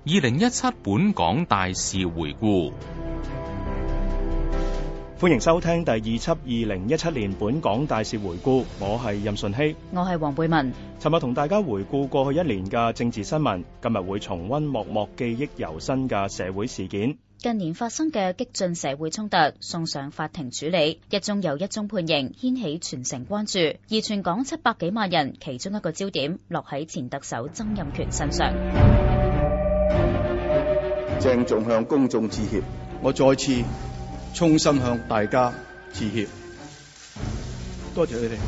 2017本港大事回顧。 歡迎收聽第二輯2017年本港大事回顧，我係任順熙， 我係黃貝文。 尋日同大家回顧過去一年嘅政治新聞，今日會重溫幕幕記憶猶新嘅社會事件。 近年發生嘅激進社會衝突送上法庭處理，一宗又一宗判刑掀起全城關注，而全港700幾萬人其中一個焦點落喺前特首曾蔭權身上。 鄭重向公眾致歉，我再次衷心向大家致歉，多謝你哋。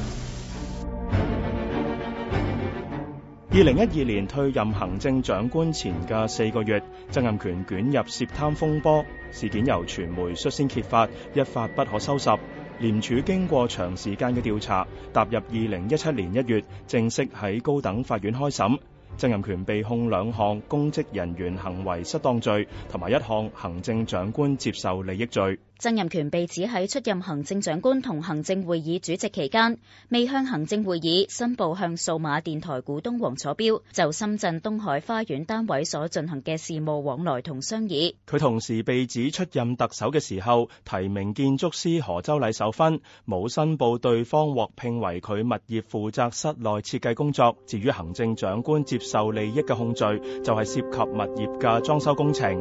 2012年退任行政長官前嘅4個月，曾蔭權捲入涉貪風波，事件由傳媒率先揭發，一發不可收拾。廉署經過長時間嘅調查，踏入2017年1月，正式喺高等法院開審。曾蔭權被控2項公職人員行為失當罪，同埋1項行政長官接受利益罪。 曾蔭權被指喺出任行政長官同行政會議主席期間，未向行政會議申報向數碼電台股東黃楚標就深圳東海花園單位所進行嘅事務往來同商議。 佢同時被指出任特首嘅時候，提名建築師何周禮受勳，冇申報對方獲聘為佢物業負責室內設計工作。至於行政長官接受利益嘅控罪，就係涉及物業嘅裝修工程。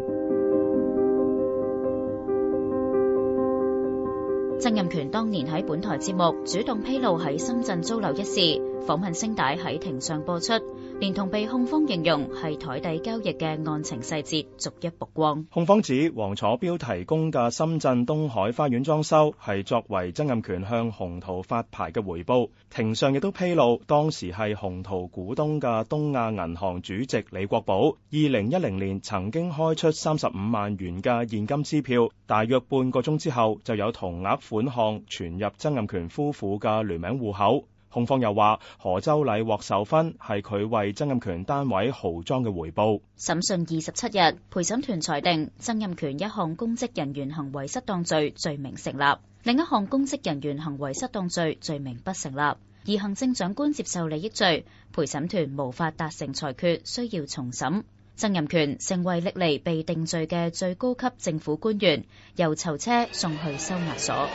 曾蔭權當年喺本台節目主動披露喺深圳租樓一事，訪問聲帶喺庭上播出，連同被控方形容係台底交易嘅案情細節逐一曝光。 控方指黃楚標提供嘅深圳東海花園裝修係作為曾蔭權向雄濤發牌嘅回報。庭上亦都披露，當時係雄濤股東嘅東亞銀行主席李國寶2010年曾經開出35萬元嘅現金支票，大約半個鐘之後就有同額款項存入曾蔭權夫婦嘅聯名戶口。控方又話何周禮獲授勳係佢為曾蔭權單位豪裝嘅回報。 審訊27日，陪審團裁定曾蔭權1項公職人員行為失當罪罪名成立，另一項公職人員行為失當罪罪名不成立。而行政長官接受利益罪，陪審團無法達成裁決，需要重審。曾蔭權成為歷嚟被定罪嘅最高級政府官員，由囚車送去收押所。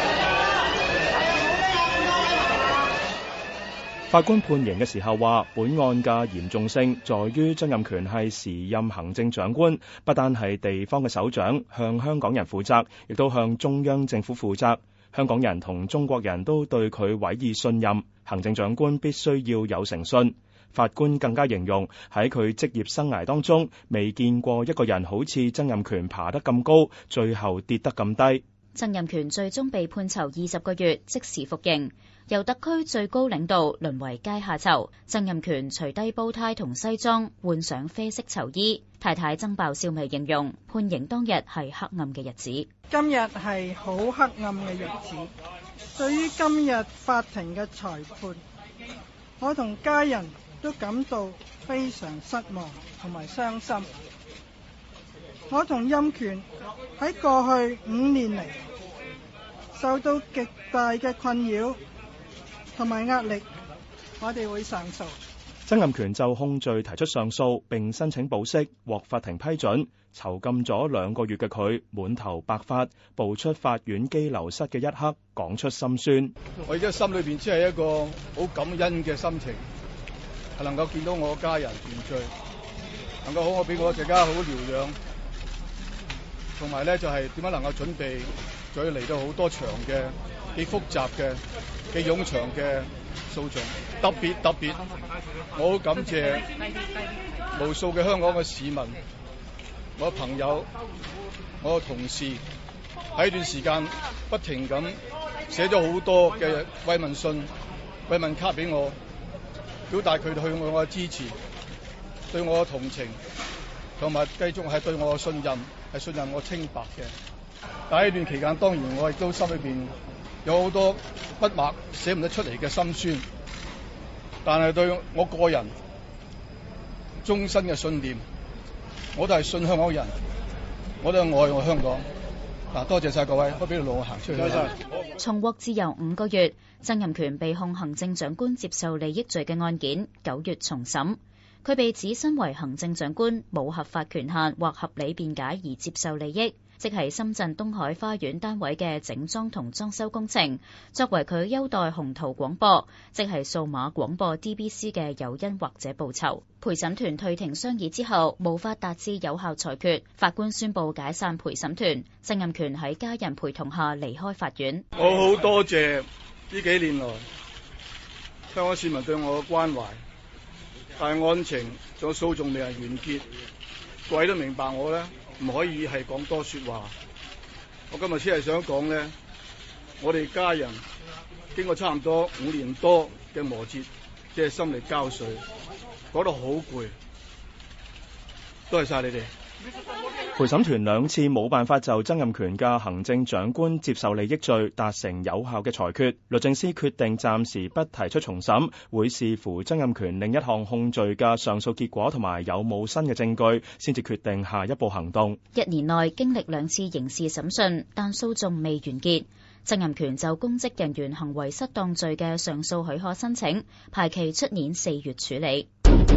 法官判刑嘅時候話，本案嘅嚴重性在於曾蔭權係時任行政長官，不單係地方嘅首長，向香港人負責，亦都向中央政府負責。香港人同中國人都對佢委以信任，行政長官必須要有誠信。法官更加形容喺佢職業生涯當中，未見過一個人好似曾蔭權爬得咁高，最後跌得咁低。 曾蔭權最終被判囚20個月，即時服刑，由特區最高領導淪為階下囚。曾蔭權除低煲呔同西裝，換上啡色囚衣。太太曾鮑笑薇形容判刑當日係黑暗嘅日子。 今日係好黑暗嘅日子。對於今日法庭嘅裁判，我同家人都感到非常失望同埋傷心。我同蔭權喺過去5年嚟受到極大嘅困擾同埋壓力，我哋會上訴。 曾蔭權就控罪提出上訴，並申請保釋，獲法庭批准。囚禁咗2個月嘅佢，滿頭白髮，步出法院羈留室嘅一刻，講出心酸。 我而家心裏邊只係一個好感恩嘅心情，係能夠見到我家人團聚，能夠好我俾我大家好療養，同埋咧就係點樣能夠準備再嚟到好多場嘅幾複雜嘅幾冗長嘅訴訟。特別我好感謝無數嘅香港嘅市民，我嘅朋友，我嘅同事喺呢段時間不停咁寫咗好多嘅慰問信、慰問卡俾我，表達佢哋對我嘅支持、對我嘅同情，同埋繼續係對我嘅信任，係信任我清白嘅。但喺呢段期間，當然我亦都心裏邊有好多筆墨寫唔得出嚟嘅心酸，但係對我個人終身嘅信念，我都係信香港人，我都係愛我香港。嗱，多謝晒各位，可俾條路我行出去。 重獲自由5個月，曾蔭權被控行政長官接受利益罪嘅案件9月重審。 佢被指身為行政長官冇合法權限或合理辯解而接受利益，即係深圳東海花園單位嘅整裝同裝修工程，作為佢優待雄濤廣播，即係數碼廣播 DBC 嘅誘因或者報酬。陪審團退庭商議之後，無法達至有效裁決，法官宣布解散陪審團，曾蔭權喺家人陪同下離開法院。 我好多謝呢幾年來香港市民對我嘅關懷，但係案情仲有訴訟未係完結，各位都明白我呢唔可以係講多說話。我今日先係想講呢，我哋家人經過差唔多5年多嘅磨折，即係心力交瘁，講到好攰，多謝晒你哋。 陪審團2次冇辦法就曾蔭權嘅行政長官接受利益罪達成有效嘅裁決，律政司決定暫時不提出重審，會視乎曾蔭權另一項控罪嘅上訴結果同埋有冇新嘅證據，先至決定下一步行動。 1年內經歷2次刑事審訊，但訴訟未完結。曾蔭權就公職人員行為失當罪嘅上訴許可申請，排期出年4月處理。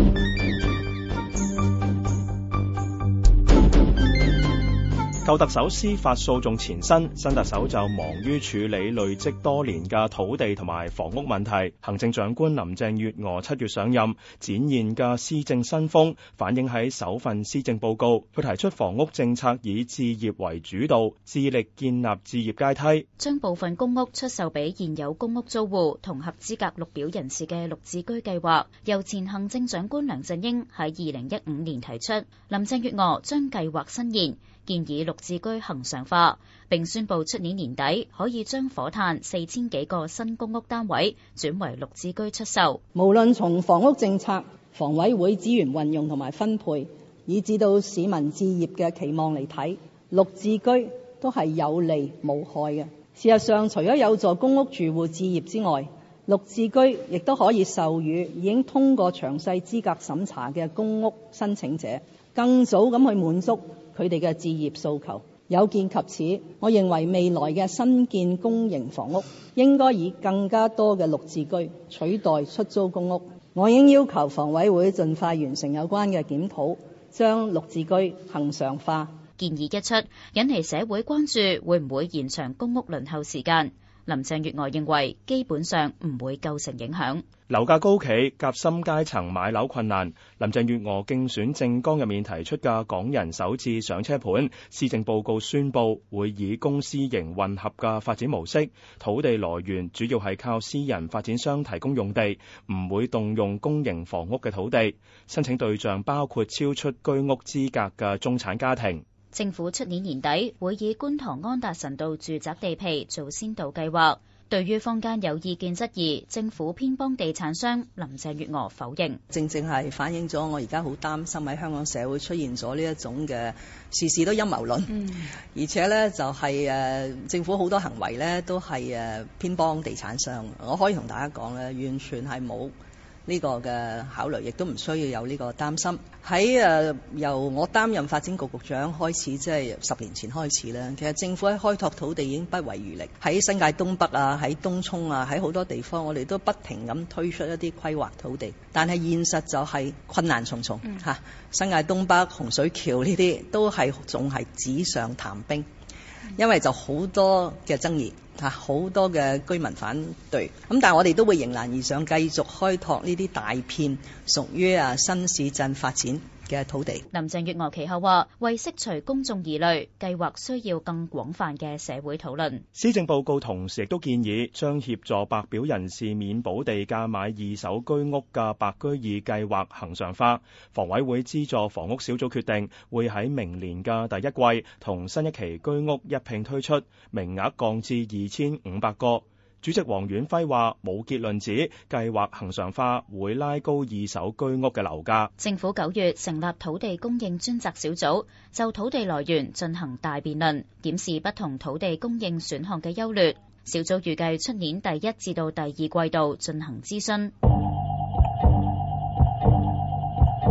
舊特首司法訴訟前身，新特首就忙於處理累積多年嘅土地同埋房屋問題。行政長官林鄭月娥7月上任，展現嘅施政新風反映喺首份施政報告。佢提出房屋政策以置業為主導，致力建立置業階梯， 將部分公屋出售俾現有公屋租戶同合資格綠表人士嘅綠置居計劃，由前行政長官梁振英喺2015年提出，林鄭月娥將計劃伸延，建議綠置居恆常化，並宣布出年年底可以將火炭4000幾個新公屋單位轉為綠置居出售。 無論從房屋政策、房委會資源運用同埋分配，以至到市民置業嘅期望嚟睇，綠置居都係有利無害嘅。事實上，除咗有助公屋住戶置業之外，綠置居亦都可以授予已經通過詳細資格審查嘅公屋申請者，更早咁去滿足佢哋嘅置業訴求。有見及此，我認為未來嘅新建公營房屋應該以更加多嘅綠置居取代出租公屋。我已經要求房委會盡快完成有關嘅檢討，將綠置居恆常化。 建議一出，引起社會關注，會唔會延長公屋輪候時間？林鄭月娥認為基本上唔會構成影響。 樓價高企，夾心階層買樓困難。林鄭月娥競選政綱入面提出嘅港人首置上車盤，施政報告宣布會以公私營混合嘅發展模式，土地來源主要係靠私人發展商提供用地，唔會動用公營房屋嘅土地。申請對象包括超出居屋資格嘅中產家庭。 政府出年年底會以觀塘安達臣道住宅地皮做先導計劃。對於坊間有意見質疑政府偏幫地產商，林鄭月娥否認。 正正係反映咗我而家好擔心喺香港社會出現咗呢一種嘅事事都陰謀論，而且呢就係政府好多行為呢都係偏幫地產商。我可以同大家講呢，完全係冇呢個嘅考慮，亦都唔需要有呢個擔心。喺由我擔任發展局局長開始，即係10年前開始咧，其實政府喺開拓土地已經不遺餘力。喺新界東北啊，喺東涌啊，喺好多地方，我哋都不停咁推出一啲規劃土地，但係現實就係困難重重嚇。新界東北洪水橋呢啲都係仲係紙上談兵，因為就好多嘅爭議。好多嘅居民反對，咁但係我哋都會迎難而上，繼續開拓呢啲大片屬於新市鎮發展嘅土地。 林鄭月娥其後話，為釋除公眾疑慮，計劃需要更廣泛嘅社會討論。 施政報告同時亦都建議將協助白表人士免補地價買二手居屋嘅白居二計劃恆常化。房委會資助房屋小組決定會喺明年嘅第一季同新一期居屋一併推出，名額降至2500個。主席黃遠輝話冇結論指計劃恆常化會拉高二手居屋嘅樓價。 政府9月成立土地供應專責小組，就土地來源進行大辯論，檢視不同土地供應選項嘅優劣。小組預計出年第1至到第2季度進行諮詢。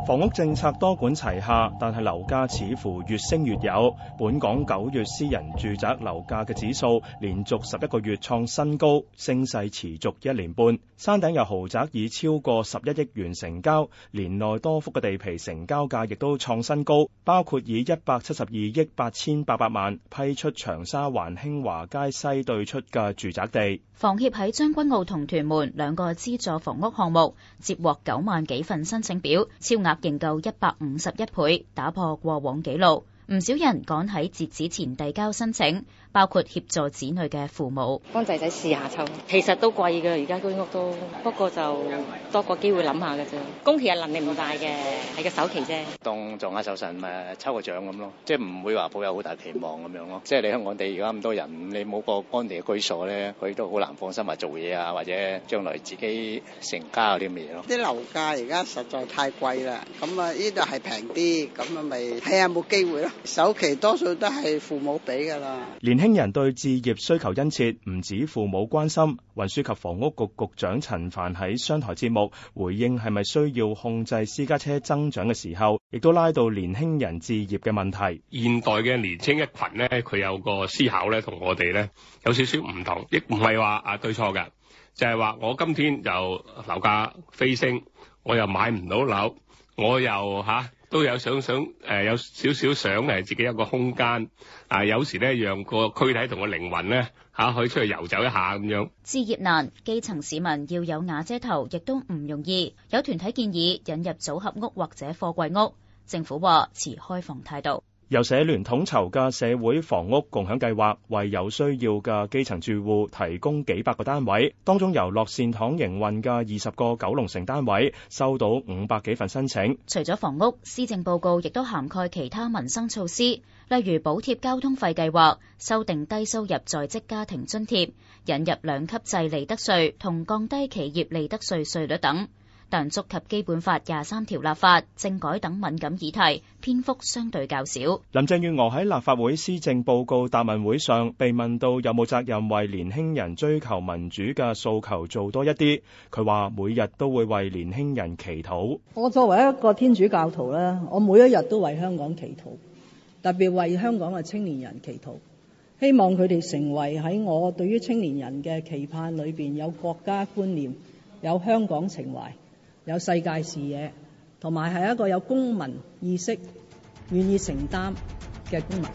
房屋政策多管齊下，但係樓價似乎越升越有。本港9月私人住宅樓價嘅指數連續11個月創新高，升勢持續1年半。山頂有豪宅以超過11億元成交，年內多幅嘅地皮成交價亦都創新高，包括以172億8800萬批出長沙灣興華街西對出嘅住宅地。 房協喺將軍澳同屯門2個資助房屋項目接獲9萬幾份申請表，超額認購151倍，打破過往紀錄。唔少人趕喺截止前遞交申請，包括協助子女嘅父母。 幫仔仔試下抽，其實都貴㗎，而家居屋都，不過就多個機會諗下㗎啫。供其實能力唔大嘅，係個首期啫。當撞下手神咪抽個獎咁咯，即係唔會話抱有好大期望咁樣咯。即係你香港地而家咁多人，你冇個安定嘅居所咧，佢都好難放心話做嘢啊，或者將來自己成家嗰啲嘢咯。啲樓價而家實在太貴啦，咁啊呢度係平啲，咁啊咪睇下冇機會咯。首期多數都係父母俾㗎啦。 年輕人對置業需求殷切，唔止父母關心。運輸及房屋局局長陳帆喺商台節目回應係咪需要控制私家車增長嘅時候，亦都拉到年輕人置業嘅問題。 現代嘅年青一群呢，佢有個思考咧，同我哋咧有少少唔同，亦唔係話對錯嘅，就係話我今天就樓價飛升，我又買唔到樓，我又都有想有少少想自己有個空間有時咧讓個軀體同個靈魂咧可以出去遊走一下咁樣。 置業難，基層市民要有瓦遮頭，亦都唔容易。有團體建議引入組合屋或者貨櫃屋，政府話持開放態度。 由社聯統籌嘅社會房屋共享計劃，為有需要嘅基層住戶提供幾百個單位，當中由樂善堂營運嘅20個九龍城單位收到500幾份申請。 除咗房屋，施政報告亦都涵蓋其他民生措施，例如補貼交通費計劃、修訂低收入在職家庭津貼、引入2級制利得稅同降低企業利得稅稅率等。但觸及基本法23條立法、政改等敏感議題，篇幅相對較少。 林鄭月娥喺立法會施政報告答問會上被問到有冇責任為年輕人追求民主嘅訴求做多一啲，佢話每日都會為年輕人祈禱。 我作為一個天主教徒咧，我每一日都為香港祈禱，特別為香港嘅青年人祈禱，希望佢哋成為喺我對於青年人嘅期盼裏邊有國家觀念、有香港情懷、有世界視野，同埋係一個有公民意識、願意承擔嘅公民。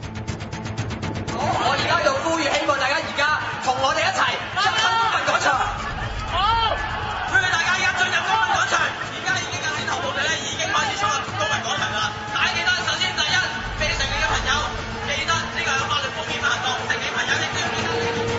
我而家就呼籲，希望大家而家同我哋一齊進入公民廣場。好，歡迎大家而家進入公民廣場。而家已經有先頭部隊咧，已經開始衝入公民廣場啦。大家記得，首先第一，未成年嘅朋友記得呢個有法律風險嘅行動，成年朋友亦都要記得。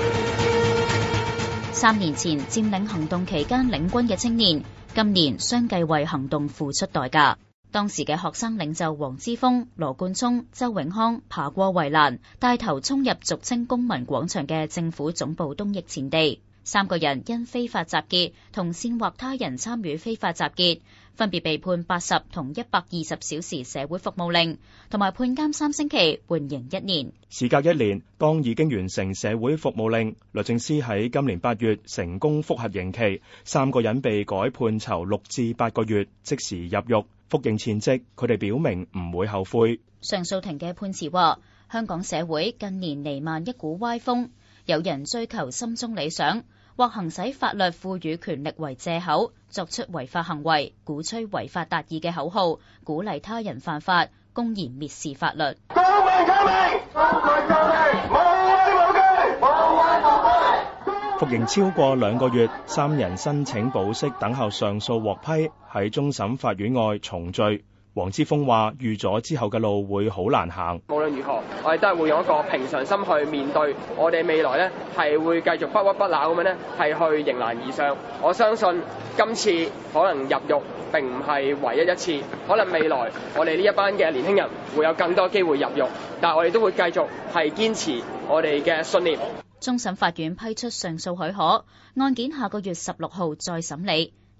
3年前佔領行動期間領軍嘅青年，今年相繼為行動付出代價。當時嘅學生領袖黃之鋒、羅冠聰、周永康爬過圍欄，帶頭衝入俗稱公民廣場嘅政府總部東翼前地。3個人因非法集結同煽惑他人參與非法集結，分別被判80同120小時社會服務令，同埋判監3星期，緩刑1年。 時隔1年，當已經完成社會服務令，律政司喺今年8月成功覆核刑期，3個人被改判囚6至8個月，即時入獄。服刑前夕，佢哋表明唔會後悔。 上訴庭嘅判詞話，香港社會近年彌漫一股歪風，有人追求心中理想，或行使法律賦予權力為藉口，作出違法行為，鼓吹違法達義嘅口號，鼓勵他人犯法，公然蔑視法律。 公民革命，公民革命，無畏無懼，無畏無懼。 服刑超過2個月，3人申請保釋等候上訴獲批，喺終審法院外重聚。黃之鋒話預咗之後嘅路會好難行。 無論如何，我哋都係會用一個平常心去面對，我哋未來呢係會繼續不屈不撓咁樣呢係去迎難而上。我相信今次可能入獄並唔係唯一一次，可能未來我哋呢一班嘅年輕人會有更多機會入獄，但係我哋都會繼續係堅持我哋嘅信念。 終審法院批出上訴許可，案件下個月16號再審理。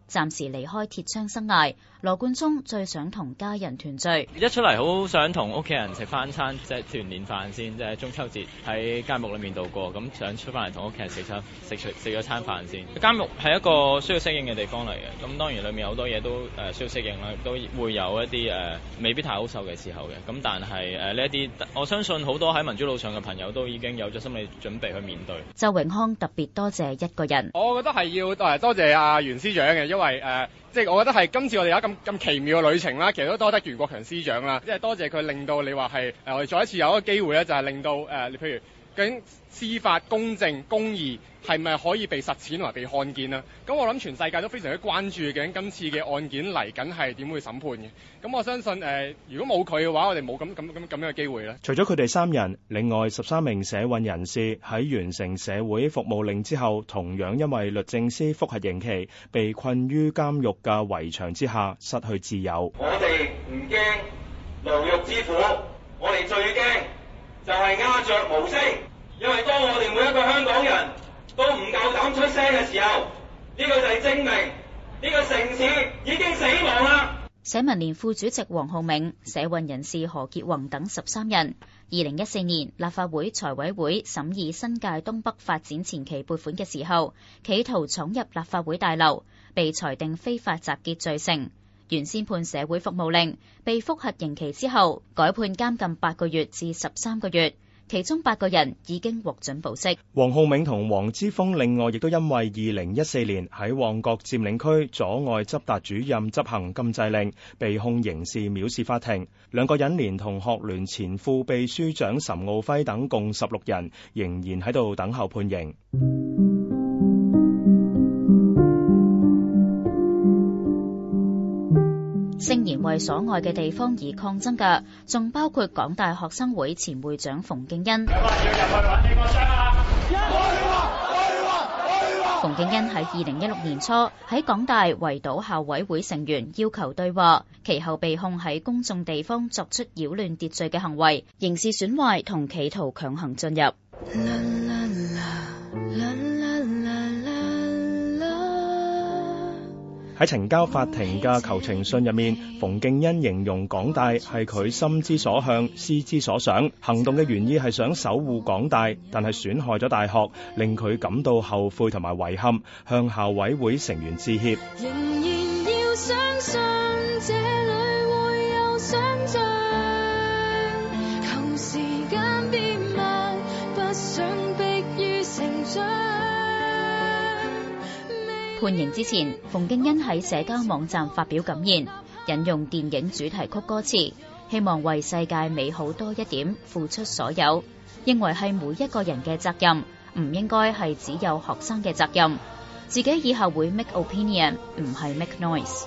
暫時離開鐵窗生涯。羅冠聰最想同家人團聚， 一出嚟好想同屋企人食翻餐即係團年飯先，即係中秋節喺監獄裏面度過，咁想出翻嚟同屋企人食咗餐飯先。監獄係一個需要適應嘅地方嚟嘅，咁當然裏面好多嘢都需要適應啦，都會有一啲未必太好受嘅時候嘅，咁但係呢一啲我相信好多喺民主路上嘅朋友都已經有咗心理準備去面對。 周永康特別多謝一個人， 我覺得係要多謝阿袁司長嘅，因為即係我覺得係今次我哋有咁奇妙嘅旅程啦，其實都多得袁國強司長啦，即係多謝佢令到你話係我哋再一次有一個機會咧，就係令到你譬如究竟司法公正公義係咪可以被實踐同埋被看見啦？咁我諗全世界都非常之關注究竟今次嘅案件嚟緊係點會審判嘅。咁我相信如果冇佢嘅話，我哋冇咁樣嘅機會啦。 除咗佢哋3人，另外13名社運人士喺完成社會服務令之後，同樣因為律政司覆核刑期，被困於監獄嘅圍牆之下，失去自由。 我哋唔驚牢獄之苦，我哋最驚就係鴉雀無聲。因為當我哋每一個香港人都唔夠膽出聲嘅時候，呢個就係證明呢個城市已經死亡啦。 社民連副主席黃浩銘、社運人士何潔宏等13人，2014年立法會財委會審議新界東北發展前期撥款嘅時候，企圖闖入立法會大樓，被裁定非法集結罪成。原先判社會服務令，被覆核刑期之後，改判監禁8個月至13個月。其中8個人已經獲准保釋。 黃浩銘同黃之鋒另外亦都因為2014年喺旺角佔領區阻礙執達主任執行禁制令，被控刑事藐視法庭。兩個人連同學聯前副秘書長岑敖暉等共16人，仍然喺度等候判刑。 聲言為所愛嘅地方而抗爭嘅，仲包括港大學生會前會長馮敬恩。馮敬恩喺2016年初喺港大圍堵校委會成員，要求對話，其後被控喺公眾地方作出擾亂秩序嘅行為、刑事損壞同企圖強行進入。 喺呈交法庭嘅求情信入面，馮敬恩形容港大係佢心之所向、思之所想，行動嘅原意係想守護港大，但係損害咗大學，令佢感到後悔同埋遺憾，向校委會成員致歉。 仍然要相信這裡會有想像，求時間變慢，不想迫於成長。 判刑之前，馮敬恩喺社交網站發表感言，引用電影主題曲歌詞，希望為世界美好多一點付出所有，認為係每一個人嘅責任，唔應該係只有學生嘅責任。自己以後會 make opinion， 唔係 make noise。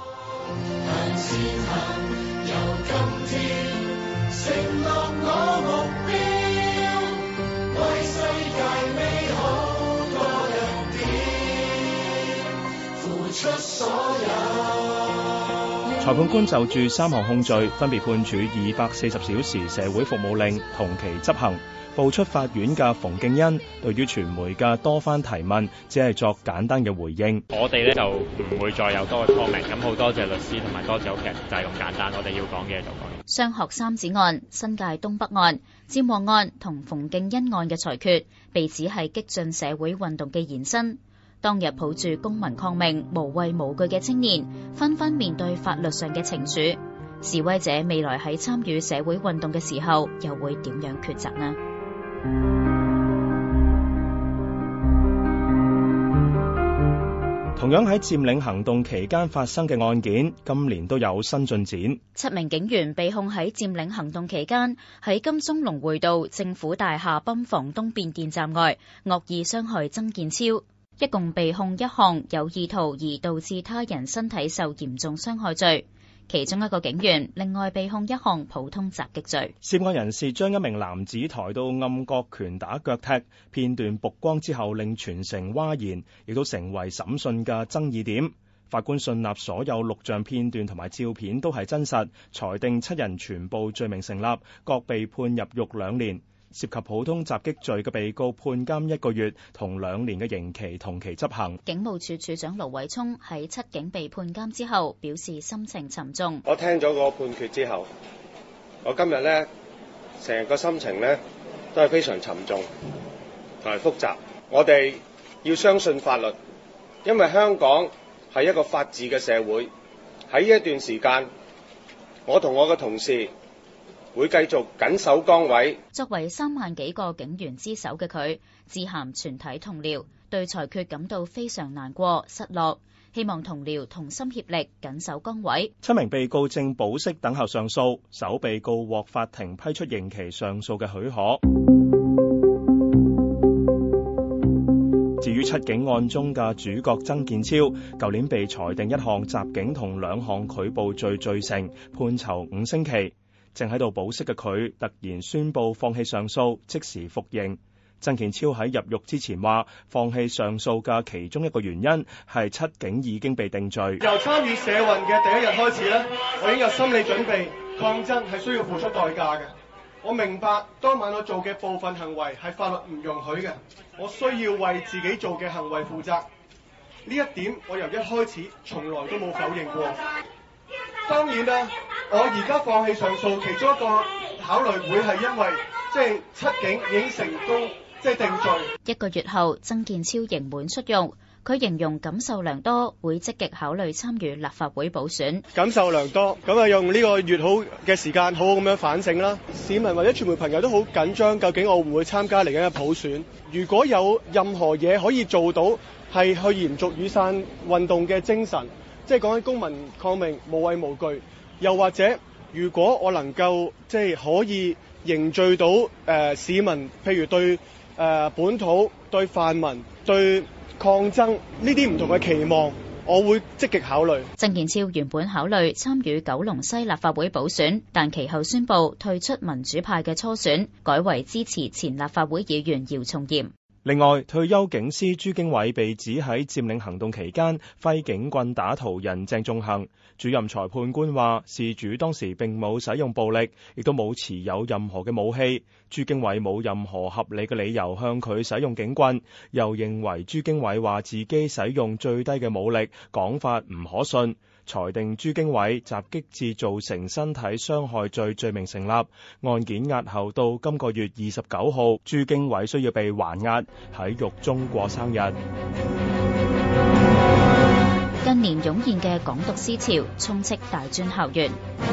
裁判官就住3項控罪，分別判處240小時社會服務令，同期執行。步出法院嘅馮敬恩對於傳媒嘅多番提問，只係作簡單嘅回應。 我哋咧就唔會再有多嘅 comment， 咁好多謝律師同埋多謝屋企人，就係咁簡單。我哋要講嘅就講。 雙學三子案、新界東北案、佔旺案同馮敬恩案嘅裁決，被指係激進社會運動嘅延伸。當日抱住公民抗命、無畏無懼嘅青年，紛紛面對法律上嘅懲處。示威者未來喺參與社會運動嘅時候，又會點樣抉擇呢？ 同樣喺佔領行動期間發生嘅案件，今年都有新進展。 7名警員被控喺佔領行動期間喺金鐘龍匯道政府大廈泵房東變電站外惡意傷害曾健超，一共被控1項有意圖而導致他人身體受嚴重傷害罪。其中一個警員另外被控1項普通襲擊罪。 涉案人士將一名男子抬到暗角拳打腳踢，片段曝光之後令全城譁然，亦都成為審訊嘅爭議點。法官信納所有錄像片段同埋照片都係真實，裁定7人全部罪名成立，各被判入獄2年。 涉及普通襲擊罪嘅被告判監1個月同2年嘅刑期同期執行。 警務處處長盧偉聰喺七警被判監之後表示心情沉重。 我聽咗個判決之後，我今日呢成個心情呢都係非常沉重同埋複雜。我哋要相信法律，因為香港係一個法治嘅社會。喺呢一段時間，我同我嘅同事會繼續緊守崗位。 作為3萬幾個警員之首嘅佢，致函全體同僚，對裁決感到非常難過、失落，希望同僚同心協力，緊守崗位。 7名被告正保釋等候上訴，首被告獲法庭批出刑期上訴嘅許可。至於七警案中嘅主角曾健超，舊年被裁定1項襲警同2項拒捕罪罪成，判囚5星期。正喺度保釋嘅佢，突然宣布放棄上訴，即時服刑。曾健超喺入獄之前話，放棄上訴嘅其中一個原因係七警已經被定罪。 由參與社運嘅第一日開始呢，我已經有心理準備，抗爭係需要付出代價嘅。我明白當晚我做嘅部分行為係法律唔容許嘅，我需要為自己做嘅行為負責。呢一點我由一開始從來都冇否認過。當然啦，我而家放棄上訴，其中一個考慮會係因為七警已經成功定罪。 1個月後，曾健超刑滿出獄。佢形容感受良多，會積極考慮參與立法會補選。 感受良多，咁啊用呢個月好嘅時間好好咁樣反省啦。市民或者傳媒朋友都好緊張，究竟我會唔會參加嚟緊嘅普選？如果有任何嘢可以做到，係去延續雨傘運動嘅精神，即係講緊公民抗命無畏無懼，又或者如果我能夠可以凝聚到市民，譬如對本土、對泛民、對抗爭呢啲唔同嘅期望，我會積極考慮。 曾健超原本考慮參與九龍西立法會補選，但其後宣布退出民主派嘅初選，改為支持前立法會議員姚松炎。 另外，退休警司朱經緯被指喺佔領行動期間揮警棍打途人鄭仲恒。主任裁判官話，事主當時並冇使用暴力，亦都冇持有任何嘅武器。朱經緯冇任何合理嘅理由向佢使用警棍，又認為朱經緯話自己使用最低嘅武力講法唔可信，裁定朱經緯襲擊致造成身體傷害罪罪名成立。案件押後到今個月29號，朱經緯需要被還押喺獄中過生日。 近年湧現嘅港獨思潮充斥大專校園。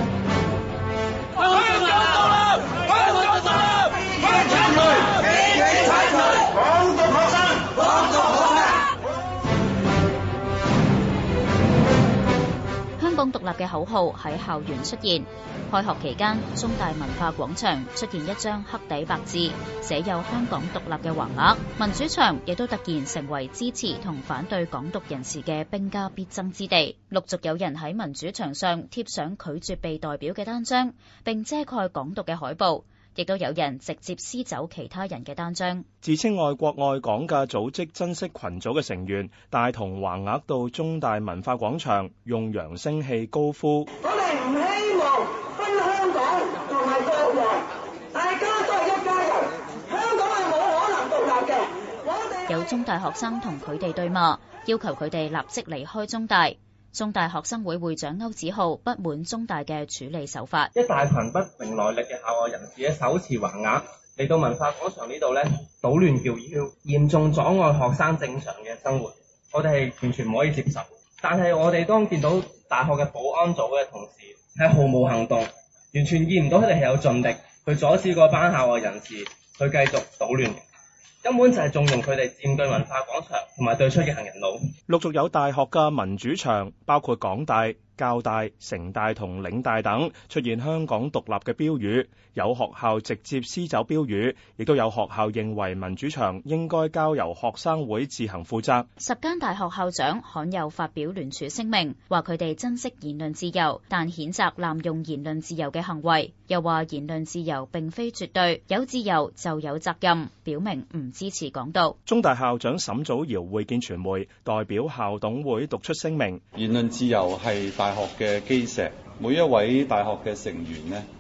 香港獨立嘅口號喺校園出現。開學期間，中大文化廣場出現一張黑底白字，寫有香港獨立嘅橫額。民主牆亦都突然成為支持同反對港獨人士嘅兵家必爭之地。陸續有人喺民主牆上貼上拒絕被代表嘅單張，並遮蓋港獨嘅海報。亦都有人直接撕走其他人嘅單張。 自稱愛國愛港嘅組織珍惜群組嘅成員帶同橫額到中大文化廣場，用揚聲器高呼： 我哋唔希望分香港同埋國內，大家都係一家人，香港係冇可能獨立嘅。 有中大學生同佢哋對罵，要求佢哋立即離開中大。中大學生會會長歐子浩不滿中大嘅處理手法， 一大群不明來歷嘅校外人士嘅手持橫額嚟到文化廣場呢度咧，搗亂叫囂，嚴重阻礙學生正常嘅生活，我哋係完全唔可以接受。但係我哋當見到大學嘅保安組嘅同事係毫無行動，完全見唔到佢哋係有盡力去阻止嗰班校外人士去繼續搗亂。根本就係縱容佢哋佔據文化廣場同埋對出嘅行人路。 陸續有大學嘅民主牆，包括港大、教大、城大同嶺大等出現香港獨立嘅標語，有學校直接撕走標語，亦都有學校認為民主牆應該交由學生會自行負責。 10間大學校長罕有發表聯署聲明，話佢哋珍惜言論自由，但譴責濫用言論自由嘅行為，又話言論自由並非絕對，有自由就有責任，表明唔支持港獨。 中大校長沈祖堯會見傳媒，代表校董會讀出聲明： 言論自由係大學嘅基石，每一位大學嘅成員呢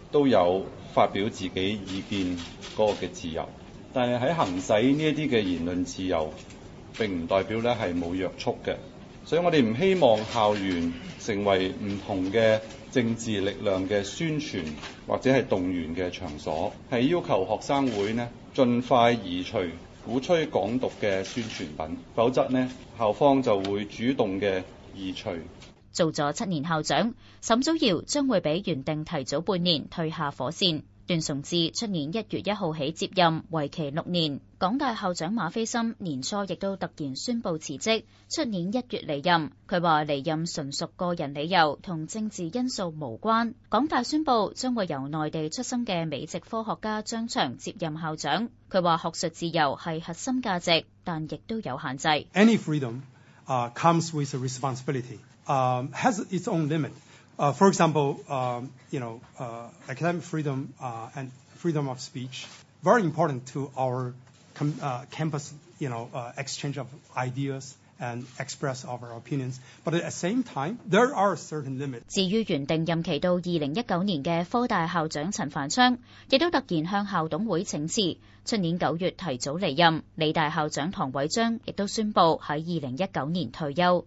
都有發表自己意見嗰個嘅自由，但係喺行使呢一啲嘅言論自由並唔代表咧係冇約束嘅，所以我哋唔希望校園成為唔同嘅政治力量嘅宣傳或者係動員嘅場所，係要求學生會呢盡快移除鼓吹港獨嘅宣傳品，否則呢校方就會主動嘅移除。 做咗7年校長，沈祖堯將會比原定提早半年退下火線。段崇智出年1月1號起接任，為期6年。港大校長馬斐森年初亦都突然宣布辭職，出年1月離任。佢話離任純屬個人理由，同政治因素無關。港大宣布將會由內地出生嘅美籍科學家張翔接任校長。佢話學術自由係核心價值，但亦都有限制。 Any freedom comes with a responsibility, has its own limit. For example, academic freedom and freedom of speech, very important to our campus, exchange of ideas and express our opinions. But at the same time, there are certain limits. 至於原定任期到2019年嘅科大校長陳繁昌，亦都突然向校董會請辭，出年9月提早離任。理大校長唐偉章亦都宣布喺2019年退休。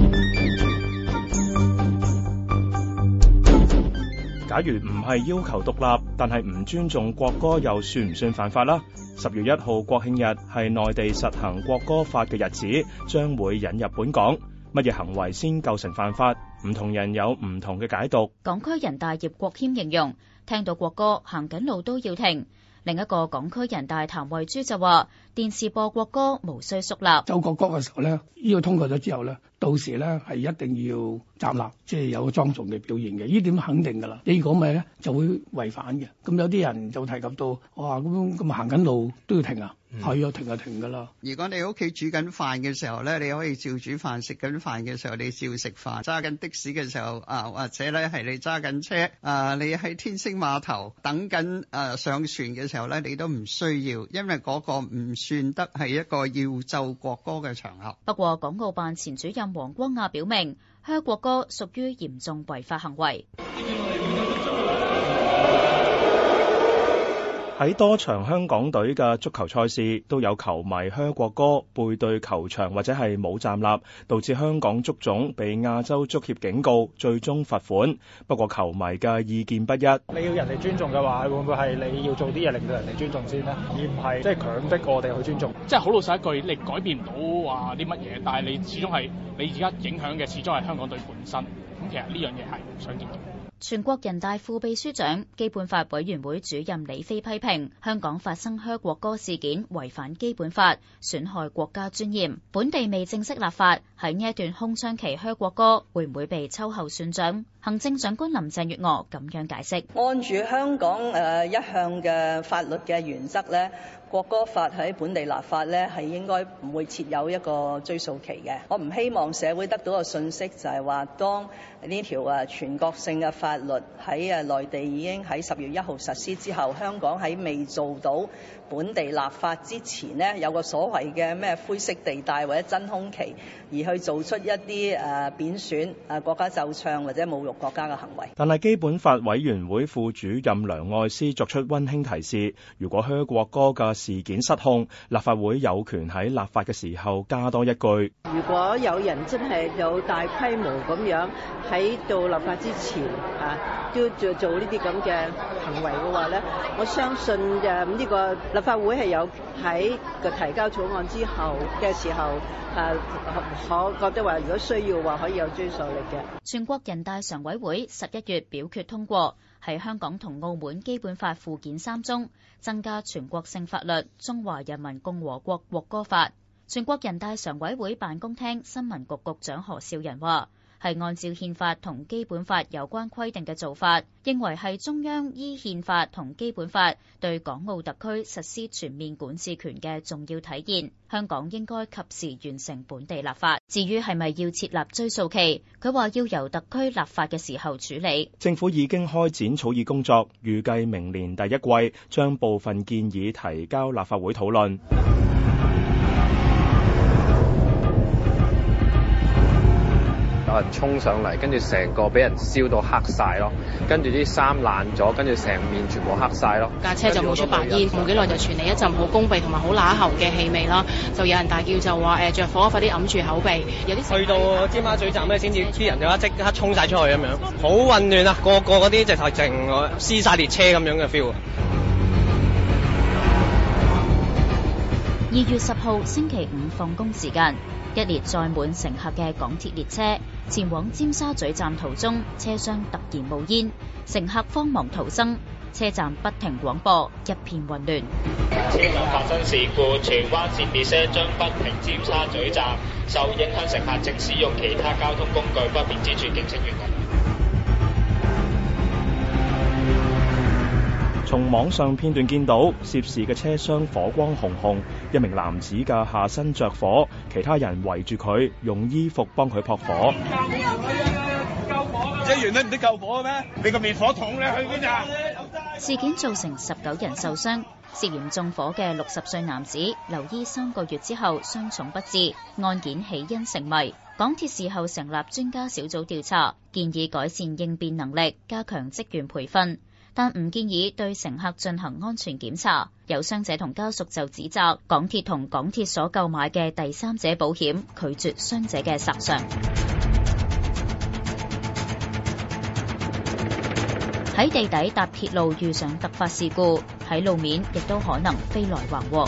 假如唔係要求獨立，但係唔尊重國歌，又算唔算犯法啦？10月1號國慶日係內地實行國歌法嘅日子，將會引入本港。乜嘢行為先構成犯法？唔同人有唔同嘅解讀。 港區人大葉國謙形容，聽到國歌行緊路都要停。另一個港區人大譚惠珠就話，電視播國歌無需肅立。 奏國歌嘅時候呢，呢個通過咗之後呢，到時呢係一定要站立，即係有個莊重嘅表現嘅，呢點肯定㗎啦。你講咩呢就會違反嘅。咁有啲人就提及到，哇咁行緊路都要停啊？係啊，停就停㗎啦。 如果你屋企煮緊飯嘅時候咧，你可以照煮飯；食緊飯嘅時候，你照食飯；揸緊的士嘅時候，或者咧係你揸緊車，你喺天星碼頭等緊上船嘅時候咧，你都唔需要，因為嗰個唔算得係一個要奏國歌嘅場合。 不過，港澳辦前主任黃光亞表明，噓國歌屬於嚴重違法行為。 喺多場香港隊嘅足球賽事都有球迷噓國歌背對球場或者係冇站立，導致香港足總被亞洲足協警告，最終罰款。不過球迷嘅意見不一。 你要人哋尊重嘅話，會唔會係你要做啲嘢令到人哋尊重先呢？而唔係即係強迫我哋去尊重。 即係好老實一句，你改變唔到話啲乜嘢，但係你始終係你而家影響嘅始終係香港隊本身。咁其實呢樣嘢係唔想見到。 全國人大副秘書長、基本法委員會主任李飛批評香港發生噓國歌事件違反基本法，損害國家尊嚴。本地未正式立法，喺呢一段空窗期噓國歌會唔會被秋後算賬？行政長官林鄭月娥咁樣解釋： 按住香港一向嘅法律嘅原則咧，國歌法喺本地立法咧係應該唔會設有一個追溯期嘅。我唔希望社會得到嘅信息就係話，當呢條全國性嘅法律喺內地已經喺10月1號實施之後，香港喺未做到本地立法之前呢，有個所謂嘅咩灰色地帶或者真空期，而去做出一啲貶損國家奏唱或者侮辱國家嘅行為。 但係基本法委員會副主任梁愛詩作出溫馨提示，如果噓國歌嘅事件失控，立法會有權喺立法嘅時候加多一句。 如果有人真係有大規模咁樣喺到立法之前都做呢啲咁嘅行為嘅話咧，我相信呢個立法會係有喺個提交草案之後嘅時候我覺得話如果需要話可以有追溯力嘅。 全國人大常委會11月表決通過，喺香港同澳門基本法附件3中增加全國性法律《中華人民共和國國歌法》。全國人大常委會辦公廳新聞局局長何少仁話，係按照憲法同基本法有關規定嘅做法，認為係中央依憲法同基本法對港澳特區實施全面管治權嘅重要體現。香港應該及時完成本地立法。至於係咪要設立追溯期，佢話要由特區立法嘅時候處理。 政府已經開展草擬工作，預計明年第一季將部分建議提交立法會討論。 人衝上嚟，跟住成個俾人燒到黑晒咯，跟住啲衫爛咗，跟住成面全部黑晒咯。 架車就冒出白煙，冇幾耐就傳嚟一陣好攻鼻同埋好乸喉嘅氣味啦，就有人大叫就話着火，快啲揞住口鼻。有啲去到尖沙咀站咧，先至啲人就即刻衝晒出去咁樣，好混亂啊！個嗰啲直頭淨撕晒列車咁樣嘅 feel。 2月10號星期五放工時間，一列載滿乘客嘅港鐵列車前往尖沙咀站途中，車廂突然冒煙，乘客慌忙逃生，車站不停廣播，一片混亂。 車輛發生事故，荃灣線列車將不停尖沙咀站，受影響乘客正使用其他交通工具，不便之處敬請原諒。 從網上片段見到涉事嘅車廂火光紅紅，一名男子嘅下身着火，其他人圍住佢，用衣服幫佢撲火。 救援你唔識救火嘅咩？你個滅火筒咧去邊咋？ 事件造成19人受傷，涉嫌縱火嘅60歲男子留醫3個月之後傷重不治，案件起因成謎。港鐵事後成立專家小組調查，建議改善應變能力，加強職員培訓，但唔建議對乘客進行安全檢查。有傷者同家屬就指責港鐵同港鐵所購買嘅第三者保險拒絕傷者嘅索償。喺地底搭鐵路遇上突發事故，喺路面亦都可能飛來橫禍。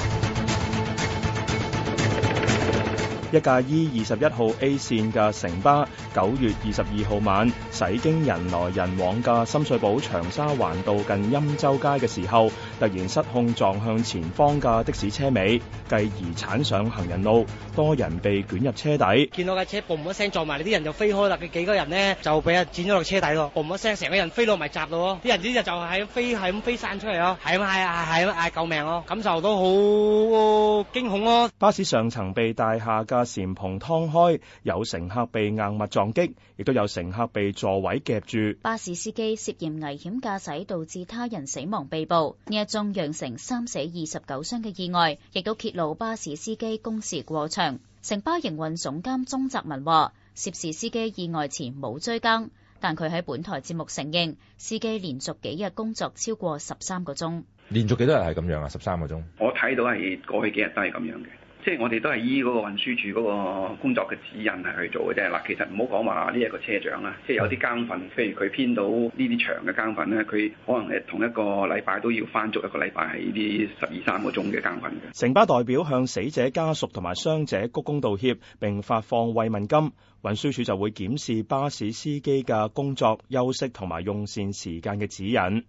一架 E21號 A 線嘅城巴9月22號晚駛經人來人往嘅深水埗長沙灣道近欽州街嘅時候，突然失控撞向前方嘅的士車尾，繼而鏟上行人路，多人被捲入車底。 見到架車嘣一聲撞埋，你啲人就飛開啦，幾個人呢就俾人剪咗落車底咯，嘣一聲成個人飛落埋閘咯，啲人呢就係咁飛散出嚟咯，係咁嗌救命咯，感受到好驚恐咯。 巴士上層被大廈嘅簷篷劏開，有乘客被硬物撞擊，亦都有乘客被座位夾住。 巴士司機涉嫌危險駕駛導致他人死亡被捕，呢一宗釀成3死29傷嘅意外，亦都揭露巴士司機工時過長。城巴營運總監鍾澤文話，涉事司機意外前冇追更，但佢喺本台節目承認，司機連續幾日工作超過13個鐘。 連續幾多日係咁樣啊？13個鐘？ 我睇到係過去幾日都係咁樣嘅。即係我哋都係依嗰個運輸署嗰個工作嘅指引係去做嘅啫。嗱，其實唔好講話呢一個車長啦，即係有啲更份，譬如佢編到呢啲長嘅更份咧，佢可能係同一個禮拜都要翻足一個禮拜係呢啲12-13個鐘嘅更份嘅。 城巴代表向死者家屬同埋傷者鞠躬道歉，並發放慰問金。運輸署就會檢視巴士司機嘅工作、休息同埋用膳時間嘅指引。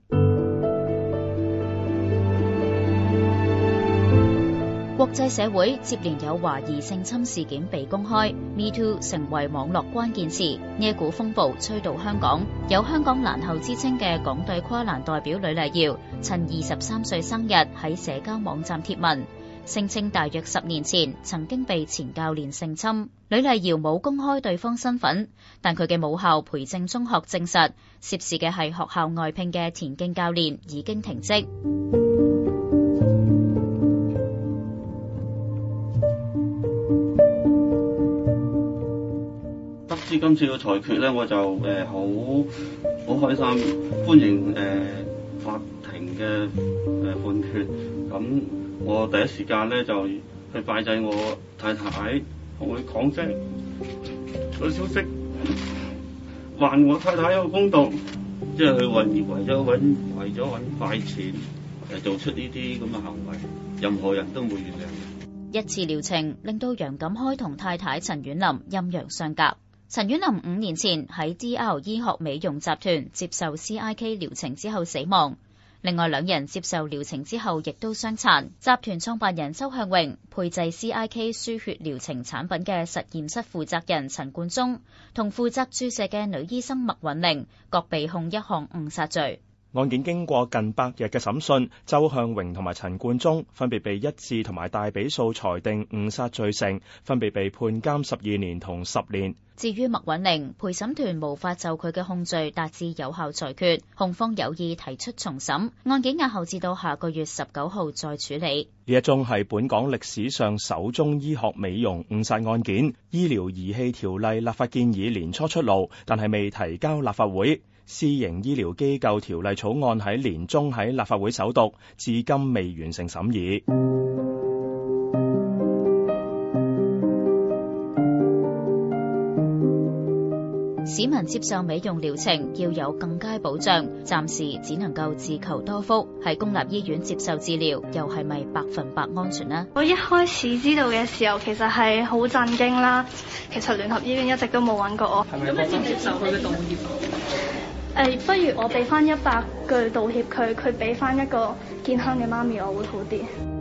國際社會接連有懷疑性侵事件被公開 ，Me Too 成為網絡關鍵詞。呢一股風暴吹到香港，有香港蘭后之稱嘅港隊跨欄代表呂麗瑤，趁23歲生日喺社交網站貼文，聲稱大約10年前曾經被前教練性侵。呂麗瑤冇公開對方身份，但佢嘅母校培正中學證實，涉事嘅係學校外聘嘅田徑教練，已經停職。 今次嘅裁決咧，我就好開心，歡迎法庭嘅判決。咁我第一時間咧就去拜祭我太太，同佢講聲個消息，還我太太一個公道。即係佢為咗揾快錢，做出呢啲咁嘅行為，任何人都唔會原諒。 一次療程令到楊錦開同太太陳婉琳陰陽相隔。陳婉琳5年前喺 DR 醫學美容集團接受 CIK 療程之後死亡，另外2人接受療程之後亦都傷殘。集團創辦人周向榮、配製 CIK 輸血療程產品嘅實驗室負責人陳冠中同負責注射嘅女醫生麥韻玲各被控一項誤殺罪。 案件經過近100日嘅審訊，周向榮同埋陳冠中分別被一致同埋大比數裁定誤殺罪成，分別被判監12年同10年。 至於麥韻玲，陪審團無法就佢嘅控罪達至有效裁決，控方有意提出重審，案件押後至到下個月19號再處理。 呢一宗係本港歷史上首宗醫學美容誤殺案件，醫療儀器條例立法建議年初出爐，但係未提交立法會。私營醫療機構條例草案喺年中喺立法會首讀，至今未完成審議。 市民接受美容療程要有更佳保障，暫時只能夠自求多福。喺公立醫院接受治療，又係咪100%安全呢？ 我一開始知道嘅時候，其實係好震驚啦。其實聯合醫院一直都冇揾過我。 咁你接唔接受佢嘅道歉？不如我俾翻100句道歉佢俾翻一個健康嘅媽咪，我會好啲。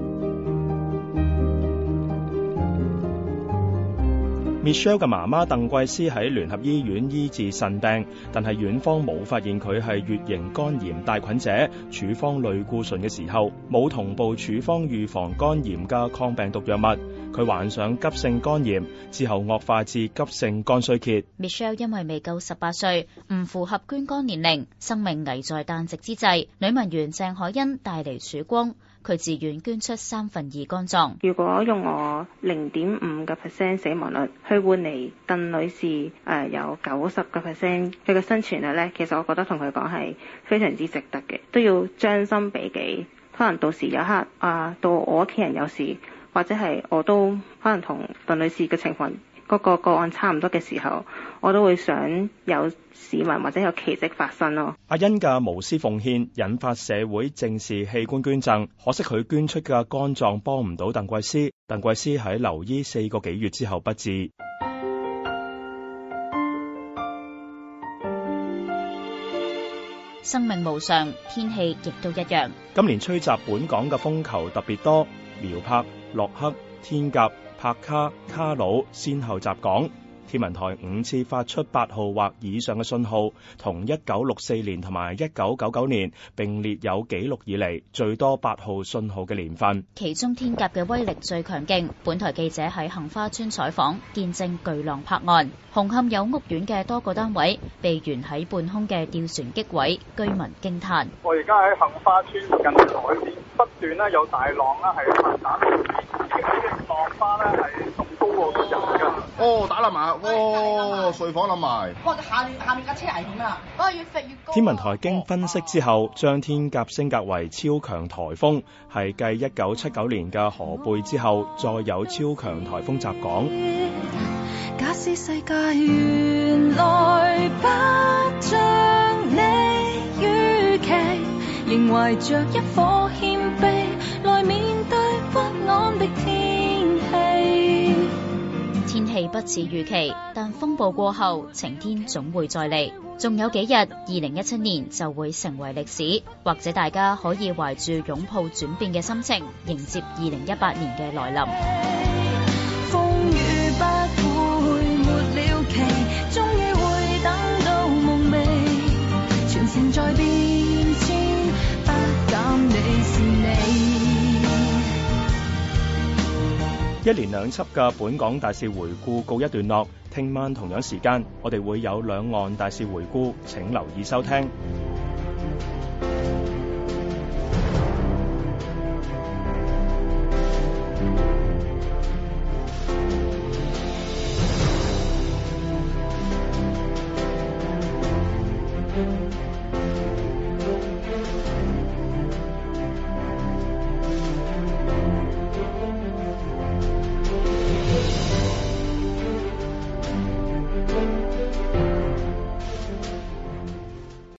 Michelle 嘅媽媽鄧桂思喺聯合醫院醫治腎病，但係院方冇發現佢係乙型肝炎帶菌者，處方類固醇嘅時候冇同步處方預防肝炎嘅抗病毒藥物，佢患上急性肝炎之後惡化至急性肝衰竭。 Michelle 因為未夠18歲，唔符合捐肝年齡，生命危在旦夕之際，女文員鄭海欣帶嚟曙光。佢自願捐出2/3肝臟。 如果用我0.5% 死亡率去換嚟鄧女士有90%佢嘅生存率呢，其實我覺得同佢講係非常之值得嘅，都要將心比己。可能到時有刻到我屋企人有事，或者係我都可能同鄧女士嘅情況嗰個個案差唔多嘅時候，我都會想有市民或者有奇蹟發生咯。 阿欣嘅無私奉獻引發社會正視器官捐贈，可惜佢捐出嘅肝臟幫唔到鄧桂思。鄧桂思喺留醫4個幾月之後不治。 生命無常，天氣亦都一樣。 今年吹襲本港嘅風球特別多，苗柏、洛克、天鴿、柏卡、卡努先後襲港。天文台5次發出8號或以上嘅信號，同1964年同埋1999年並列有紀錄以嚟最多8號信號嘅年份。 其中天鴿嘅威力最強勁。本台記者喺杏花村採訪，見證巨浪拍岸。紅磡有屋苑嘅多個單位被懸喺半空嘅吊船擊毀，居民驚嘆。 我而家喺杏花村近海邊，不斷咧有大浪啦，係拍打到啲浪花咧係仲高過個人㗎。 哦，打冧埋，哦，睡房冧埋。 哇！下面架車危險啊！越飛越高。 天文台經分析之後，將天鴿升格為超強颱風，係繼1979年嘅荷貝之後，再有超強颱風襲港。 假使世界原來不像你預期，仍懷着一顆謙卑來面對不安的天氣。 天氣不似預期，但風暴過後，晴天總會再嚟。仲有幾日，2017年就會成為歷史，或者大家可以懷住擁抱轉變嘅心情，迎接2018年嘅來臨。 風雨不會沒了期，終於會等到夢寐，全城在變遷，不減你是你。 一連2輯嘅本港大事回顧告一段落，聽晚同樣時間，我哋會有兩岸大事回顧，請留意收聽。